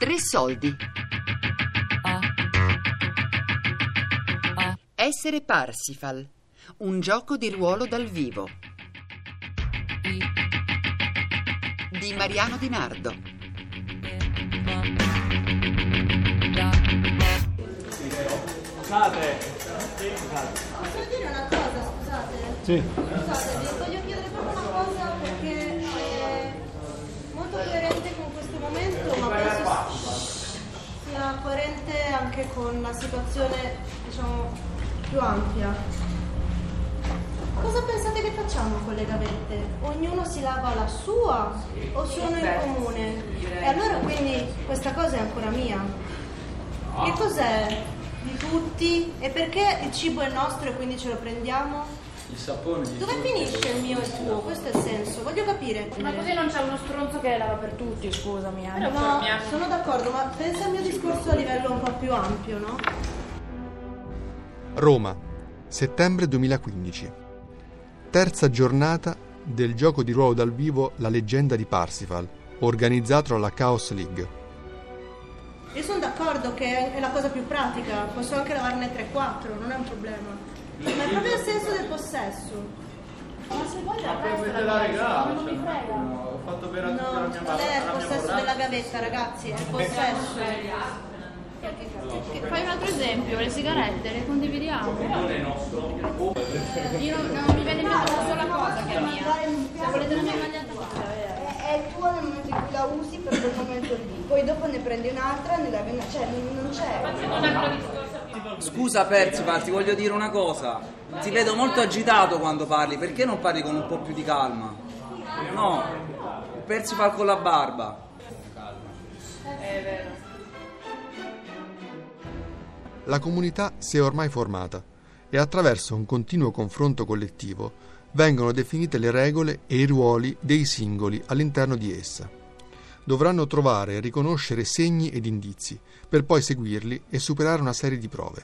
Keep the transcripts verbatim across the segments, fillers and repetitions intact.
Tre soldi. Essere Parsifal, un gioco di ruolo dal vivo. Di Mariano Di Nardo. Scusate. Posso dire una cosa, scusate? Sì. Scusate, vi voglio chiedere proprio una cosa perché è molto coerente con questo momento, ma penso sia coerente anche con la situazione, diciamo, più ampia. Cosa pensate che facciamo con le gavette? Ognuno si lava la sua o sono in comune? E allora quindi questa cosa è ancora mia. Che cos'è? Di tutti? E perché il cibo è nostro e quindi ce lo prendiamo? Il sapone di Dove finisce il mio e il tuo? Questo è il senso, voglio capire. Ma così non c'è uno stronzo che lava per tutti, scusami. Eh. No, sono d'accordo, ma pensa al mio discorso a livello un po' più ampio, no? Roma, settembre duemilaquindici. Terza giornata del gioco di ruolo dal vivo La leggenda di Parsifal, organizzato dalla Chaos League. Io sono d'accordo che è la cosa più pratica, posso anche lavarne tre quattro, non è un problema. Ma è proprio il senso del possesso. Ma se vuoi la per festa, la regala, non mi frega. ho fatto per No, la mia non è il possesso della gavetta, ragazzi, è il possesso. Fai un altro esempio, le sigarette le condividiamo. Io non, non mi viene in mente una sola cosa che è mia. Se volete la mia maglietta, è tua nel momento in cui la usi per quel momento lì, poi dopo ne prendi un'altra, ne lavi una, cioè non, non c'è. Scusa Percival, ti voglio dire una cosa. Ti vedo molto agitato quando parli, perché non parli con un po' più di calma? No, Percival con la barba. è vero. La comunità si è ormai formata e attraverso un continuo confronto collettivo vengono definite le regole e i ruoli dei singoli all'interno di essa. Dovranno trovare e riconoscere segni ed indizi per poi seguirli e superare una serie di prove.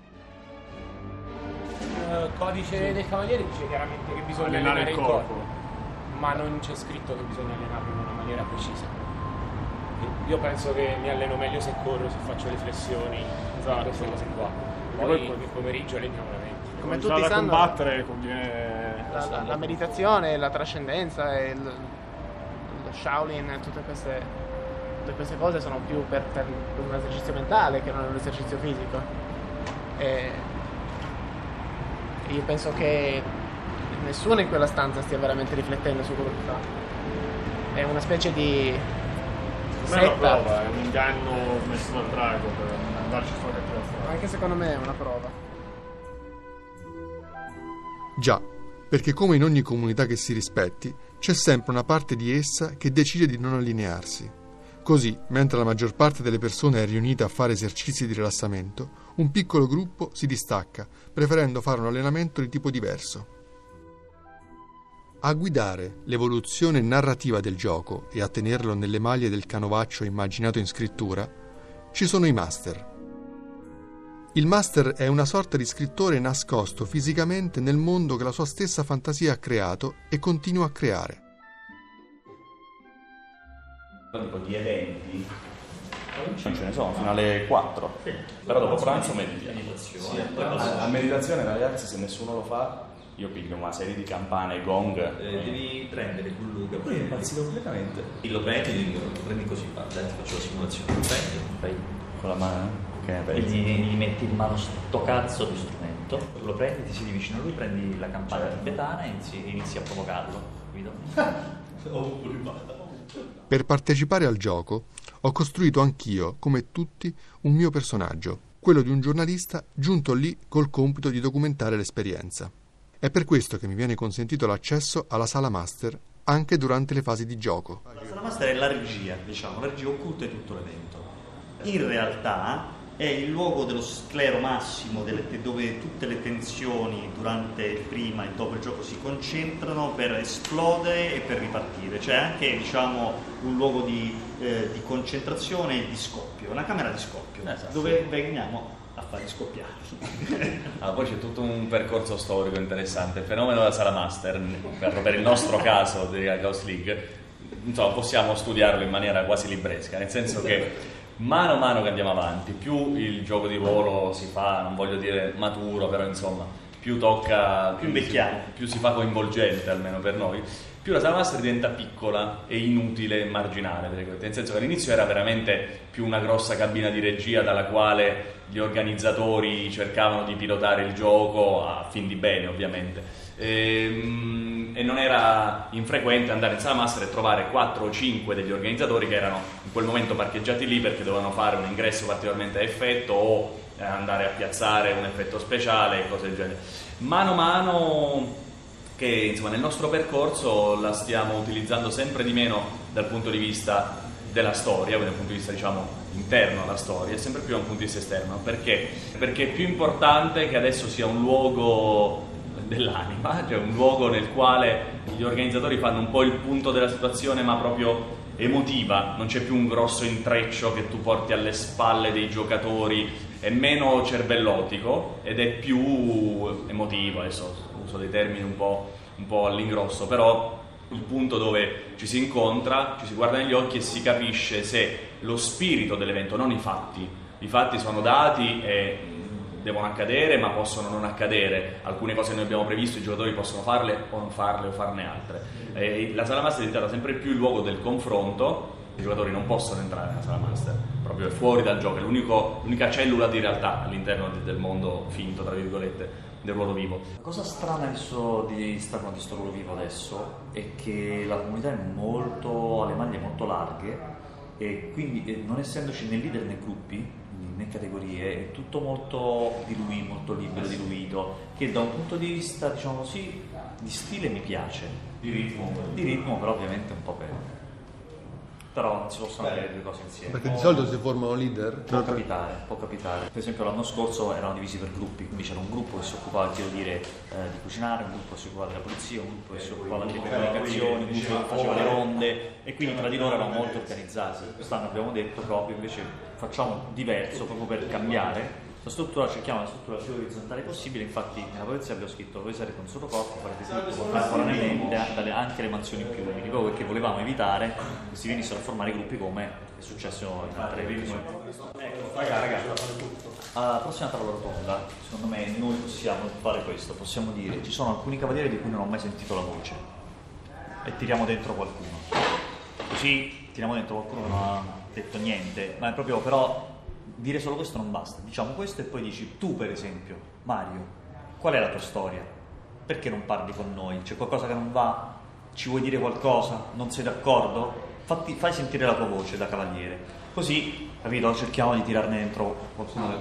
Il codice dei cavalieri dice chiaramente che bisogna allenare allenare il il corpo. corpo, ma non c'è scritto che bisogna allenarlo in una maniera precisa. Io penso che mi alleno meglio se corro, se faccio le flessioni, Esatto. queste cose qua. E Poi poi- il pomeriggio alleniamo veramente. Come tutti tutti da sanno, combattere conviene La, la, la meditazione, la trascendenza e il, lo Shaolin, tutte queste, tutte queste cose sono più per, per un esercizio mentale che non un esercizio fisico. E io penso che nessuno in quella stanza stia veramente riflettendo su quello che fa. È una specie di non è una setta. prova, è un inganno messo dal drago per andarci sulla cattiva strada. Anche secondo me è una prova. Già, perché come in ogni comunità che si rispetti, c'è sempre una parte di essa che decide di non allinearsi. Così, mentre la maggior parte delle persone è riunita a fare esercizi di rilassamento, un piccolo gruppo si distacca, preferendo fare un allenamento di tipo diverso. A guidare l'evoluzione narrativa del gioco e a tenerlo nelle maglie del canovaccio immaginato in scrittura, ci sono i master. Il master è una sorta di scrittore nascosto fisicamente nel mondo che la sua stessa fantasia ha creato e continua a creare. Dico di eventi non ce ne sono fino alle quattro, sì. Però dopo pranzo meditiamo. Sì, a, a meditazione ragazzi, se nessuno lo fa io piglio una serie di campane, gong. Eh, devi prendere quello che poi è impazzito completamente. Lo prendi, lo prendi così, dai, ti faccio la simulazione. Lo prendi, fai con la mano, che ne e pensi? gli, gli metti in mano sto cazzo di strumento, lo prendi, ti siedi vicino a lui, prendi la campana tibetana e inizi, inizi a provocarlo. Capito? Per partecipare al gioco ho costruito anch'io, come tutti, un mio personaggio, quello di un giornalista giunto lì col compito di documentare l'esperienza. È per questo che mi viene consentito l'accesso alla sala master anche durante le fasi di gioco. La sala master è la regia, diciamo, la regia occulta di tutto l'evento. In realtà è il luogo dello sclero massimo delle, dove tutte le tensioni durante il prima e dopo il gioco si concentrano per esplodere e per ripartire, cioè anche diciamo un luogo di, eh, di concentrazione e di scoppio, una camera di scoppio, esatto, dove sì. Veniamo a fare scoppiare. Ah, poi c'è tutto un percorso storico interessante, il fenomeno della sala master, per, per il nostro caso della Chaos League, insomma, possiamo studiarlo in maniera quasi libresca, nel senso che Mano a mano che andiamo avanti, più il gioco di ruolo si fa, non voglio dire maturo, però insomma, più tocca, più invecchiamo, più si fa coinvolgente, almeno per noi, più la sala master diventa piccola e inutile e marginale, nel senso che all'inizio era veramente più una grossa cabina di regia dalla quale gli organizzatori cercavano di pilotare il gioco a fin di bene, ovviamente, e, e non era infrequente andare in sala master e trovare quattro o cinque degli organizzatori che erano in quel momento parcheggiati lì perché dovevano fare un ingresso particolarmente a effetto o andare a piazzare un effetto speciale e cose del genere. Mano a mano che insomma nel nostro percorso la stiamo utilizzando sempre di meno dal punto di vista della storia, quindi dal punto di vista diciamo interno alla storia, e sempre più da un punto di vista esterno. Perché? Perché è più importante che adesso sia un luogo dell'anima, cioè un luogo nel quale gli organizzatori fanno un po' il punto della situazione, ma proprio emotiva, non c'è più un grosso intreccio che tu porti alle spalle dei giocatori, è meno cervellotico ed è più emotivo. Adesso uso dei termini un po', un po' all'ingrosso, però il punto dove ci si incontra, ci si guarda negli occhi e si capisce se lo spirito dell'evento, non i fatti, i fatti sono dati e devono accadere ma possono non accadere, alcune cose che noi abbiamo previsto i giocatori possono farle o non farle o farne altre. E la sala master è diventata sempre più il luogo del confronto, i giocatori non possono entrare nella sala master, proprio è fuori dal gioco, è l'unico, l'unica cellula di realtà all'interno del mondo finto, tra virgolette, del ruolo vivo. La cosa strana adesso di stare con questo ruolo vivo adesso è che la comunità è molto, ha le maglie molto larghe e quindi non essendoci né leader né gruppi né categorie è tutto molto diluito, molto libero, diluito, che da un punto di vista diciamo così di stile mi piace, di ritmo, di ritmo però ovviamente un po' per però non si possono avere due cose insieme. Perché di solito si formano leader? Può capitare, può capitare. Per esempio l'anno scorso erano divisi per gruppi, quindi c'era un gruppo che si occupava di dire eh, di cucinare, un gruppo che si occupava della polizia, un gruppo che si occupava delle comunicazioni, un gruppo che faceva le ronde e quindi tra di loro erano molto organizzati. Quest'anno abbiamo detto proprio invece facciamo diverso proprio per cambiare. La struttura, cerchiamo la struttura più orizzontale possibile, infatti nella polizia abbiamo scritto voi sarete un solo corpo, farete tutto contemporaneamente anche le mansioni più umili, proprio perché volevamo evitare che si venissero a formare gruppi come è successo in altre edizioni. Ecco, ragazzi, alla prossima tavola rotonda, secondo me noi possiamo fare questo, possiamo dire ci sono alcuni cavalieri di cui non ho mai sentito la voce e tiriamo dentro qualcuno, così tiriamo dentro qualcuno che non ha detto niente, ma è proprio però dire solo questo non basta, diciamo questo e poi dici tu per esempio, Mario, qual è la tua storia? Perché non parli con noi? C'è qualcosa che non va? Ci vuoi dire qualcosa? Non sei d'accordo? Fatti, fai sentire la tua voce da cavaliere, così, capito? Cerchiamo di tirarne dentro qualcuno.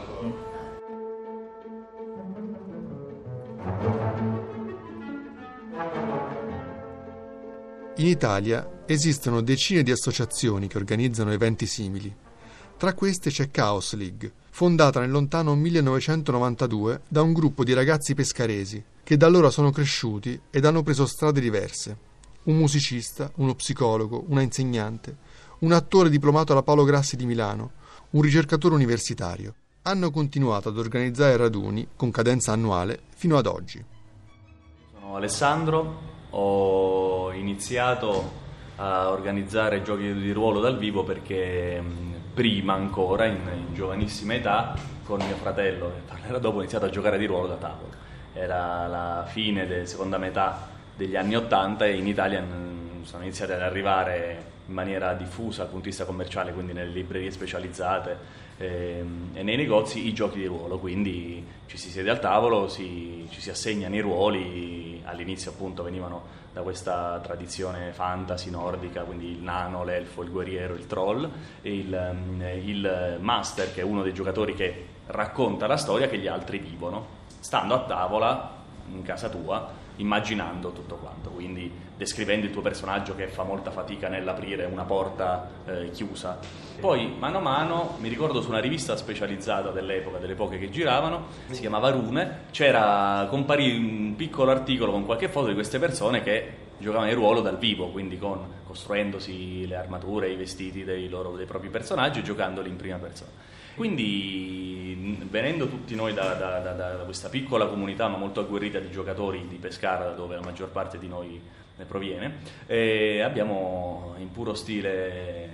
In Italia esistono decine di associazioni che organizzano eventi simili. Tra queste c'è Chaos League, fondata nel lontano millenovecentonovantadue da un gruppo di ragazzi pescaresi che da allora sono cresciuti ed hanno preso strade diverse. Un musicista, uno psicologo, una insegnante, un attore diplomato alla Paolo Grassi di Milano, un ricercatore universitario. Hanno continuato ad organizzare raduni con cadenza annuale fino ad oggi. Sono Alessandro, ho iniziato a organizzare giochi di ruolo dal vivo perché prima ancora, in, in giovanissima età, con mio fratello, che parlerà dopo, ho iniziato a giocare di ruolo da tavolo. Era la fine della seconda metà degli anni Ottanta e in Italia sono iniziate ad arrivare in maniera diffusa dal punto di vista commerciale, quindi nelle librerie specializzate eh, e nei negozi, i giochi di ruolo. Quindi ci si siede al tavolo, si, ci si assegnano i ruoli. All'inizio appunto venivano da questa tradizione fantasy nordica, quindi il nano, l'elfo, il guerriero, il troll, e il, il master, che è uno dei giocatori che racconta la storia che gli altri vivono, stando a tavola in casa tua, immaginando tutto quanto, quindi descrivendo il tuo personaggio che fa molta fatica nell'aprire una porta eh, chiusa. Poi mano a mano, mi ricordo su una rivista specializzata dell'epoca, delle poche che giravano, si chiamava Rune, c'era, comparì un piccolo articolo con qualche foto di queste persone che giocavano il ruolo dal vivo, quindi con, costruendosi le armature, i vestiti dei, loro, dei propri personaggi e giocandoli in prima persona. Quindi, venendo tutti noi da, da, da, da questa piccola comunità ma molto agguerrita di giocatori di Pescara, da dove la maggior parte di noi ne proviene, eh, abbiamo in puro stile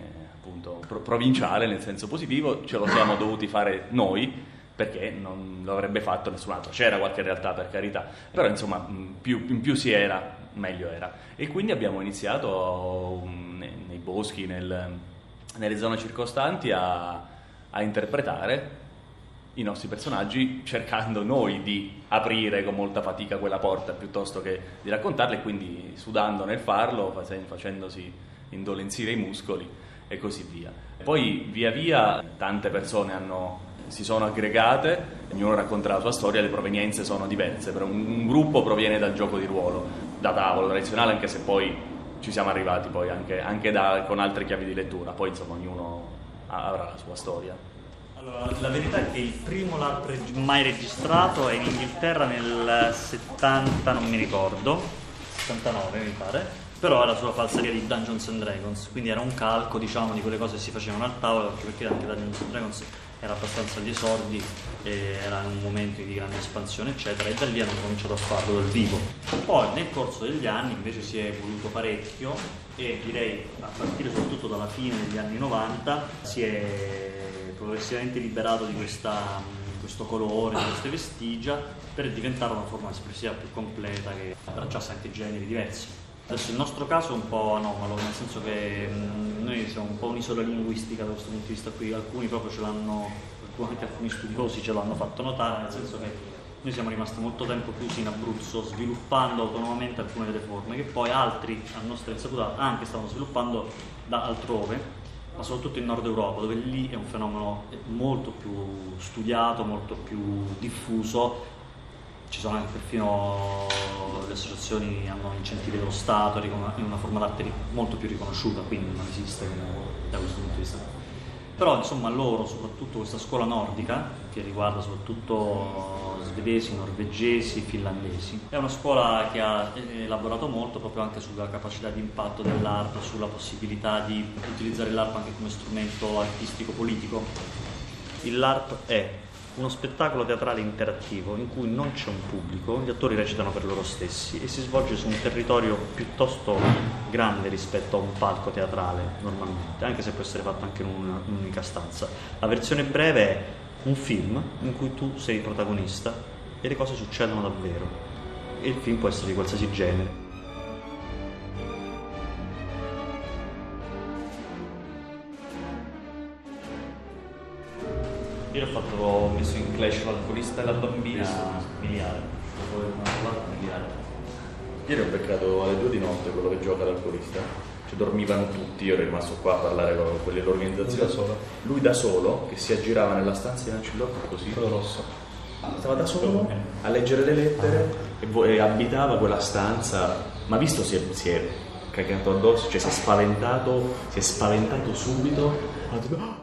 appunto pro- provinciale nel senso positivo, ce lo siamo dovuti fare noi perché non lo avrebbe fatto nessun altro. C'era qualche realtà, per carità, però insomma mh, più, in più si era, meglio era. E quindi abbiamo iniziato um, nei, nei boschi, nel, nelle zone circostanti a, a interpretare i nostri personaggi, cercando noi di aprire con molta fatica quella porta piuttosto che di raccontarla, e quindi sudando nel farlo, facendosi indolenzire i muscoli e così via. Poi via via tante persone hanno, si sono aggregate, ognuno racconta la sua storia, le provenienze sono diverse, però un, un gruppo proviene dal gioco di ruolo, da tavolo tradizionale, anche se poi ci siamo arrivati poi anche, anche da, con altre chiavi di lettura, poi insomma ognuno avrà la sua storia. Allora, la verità è che il primo LARP reg- mai registrato è in Inghilterra nel settanta, non mi ricordo, settantanove mi pare, però era sulla falsaria di Dungeons and Dragons, quindi era un calco, diciamo, di quelle cose che si facevano al tavolo, perché anche Dungeons and Dragons era abbastanza agli esordi, e era in un momento di grande espansione eccetera, e da lì hanno cominciato a farlo dal vivo. Poi nel corso degli anni invece si è evoluto parecchio, e direi a partire soprattutto dalla fine degli anni novanta si è progressivamente liberato di questa, questo colore, di queste vestigia, per diventare una forma espressiva più completa che abbracciasse anche generi diversi. Adesso il nostro caso è un po' anomalo, nel senso che mh, noi siamo un po' un'isola linguistica da questo punto di vista qui, alcuni proprio ce l'hanno, anche alcuni studiosi ce l'hanno fatto notare, nel senso che noi siamo rimasti molto tempo chiusi in Abruzzo, sviluppando autonomamente alcune delle forme, che poi altri a nostra insaputa anche stavano sviluppando da altrove, ma soprattutto in Nord Europa, dove lì è un fenomeno molto più studiato, molto più diffuso. Ci sono anche perfino le associazioni, hanno incentivi dello Stato, è una forma d'arte molto più riconosciuta, quindi non esiste da questo punto di vista. Però insomma loro, soprattutto questa scuola nordica, che riguarda soprattutto svedesi, norvegesi, finlandesi, è una scuola che ha elaborato molto proprio anche sulla capacità di impatto dell'ARP, sulla possibilità di utilizzare l'ARP anche come strumento artistico-politico. Il LARP è uno spettacolo teatrale interattivo in cui non c'è un pubblico, gli attori recitano per loro stessi e si svolge su un territorio piuttosto grande rispetto a un palco teatrale normalmente, anche se può essere fatto anche in una, un'unica stanza. La versione breve è un film in cui tu sei il protagonista e le cose succedono davvero, e il film può essere di qualsiasi genere. Io ho fatto, ho messo in clash l'alcolista e la bambina miliare. miliare. Ieri ho beccato alle due di notte quello che gioca l'alcolista. Cioè dormivano tutti, io ero rimasto qua a parlare con quelli dell'organizzazione. Lui da solo? Lui da solo, che si aggirava nella stanza di Ancillotto così. Quello rosso. Stava da solo a leggere le lettere e, vo- e abitava quella stanza. Ma visto si è, si è cagato addosso, cioè si è spaventato, si è spaventato subito. Ha detto, oh!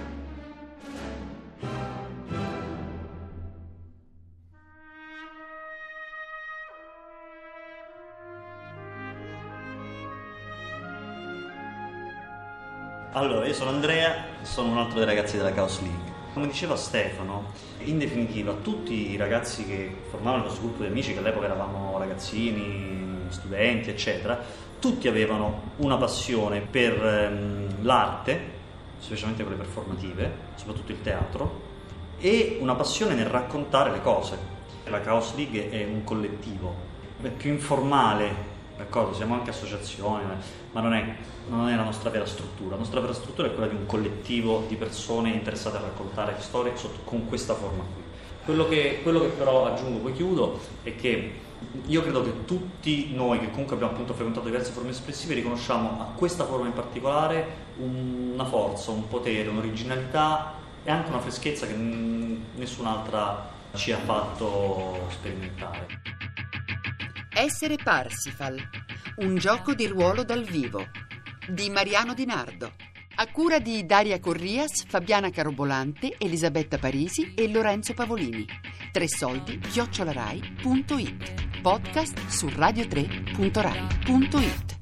Allora, io sono Andrea, sono un altro dei ragazzi della Chaos League. Come diceva Stefano, in definitiva tutti i ragazzi che formavano questo gruppo di amici, che all'epoca eravamo ragazzini, studenti, eccetera, tutti avevano una passione per ehm, l'arte, specialmente quelle performative, soprattutto il teatro, e una passione nel raccontare le cose. La Chaos League è un collettivo, è più informale. D'accordo, siamo anche associazioni, ma non è, non è la nostra vera struttura. La nostra vera struttura è quella di un collettivo di persone interessate a raccontare storie sotto, con questa forma qui. Quello che, quello che però aggiungo, poi chiudo, è che io credo che tutti noi che comunque abbiamo appunto frequentato diverse forme espressive riconosciamo a questa forma in particolare una forza, un potere, un'originalità e anche una freschezza che nessun'altra ci ha fatto sperimentare. Essere Parsifal, un gioco di ruolo dal vivo, di Mariano Di Nardo, a cura di Daria Corrias, Fabiana Carobolante, Elisabetta Parisi e Lorenzo Pavolini. Tre soldi chiocciolarai punto it. Podcast su radio tre punto rai punto it.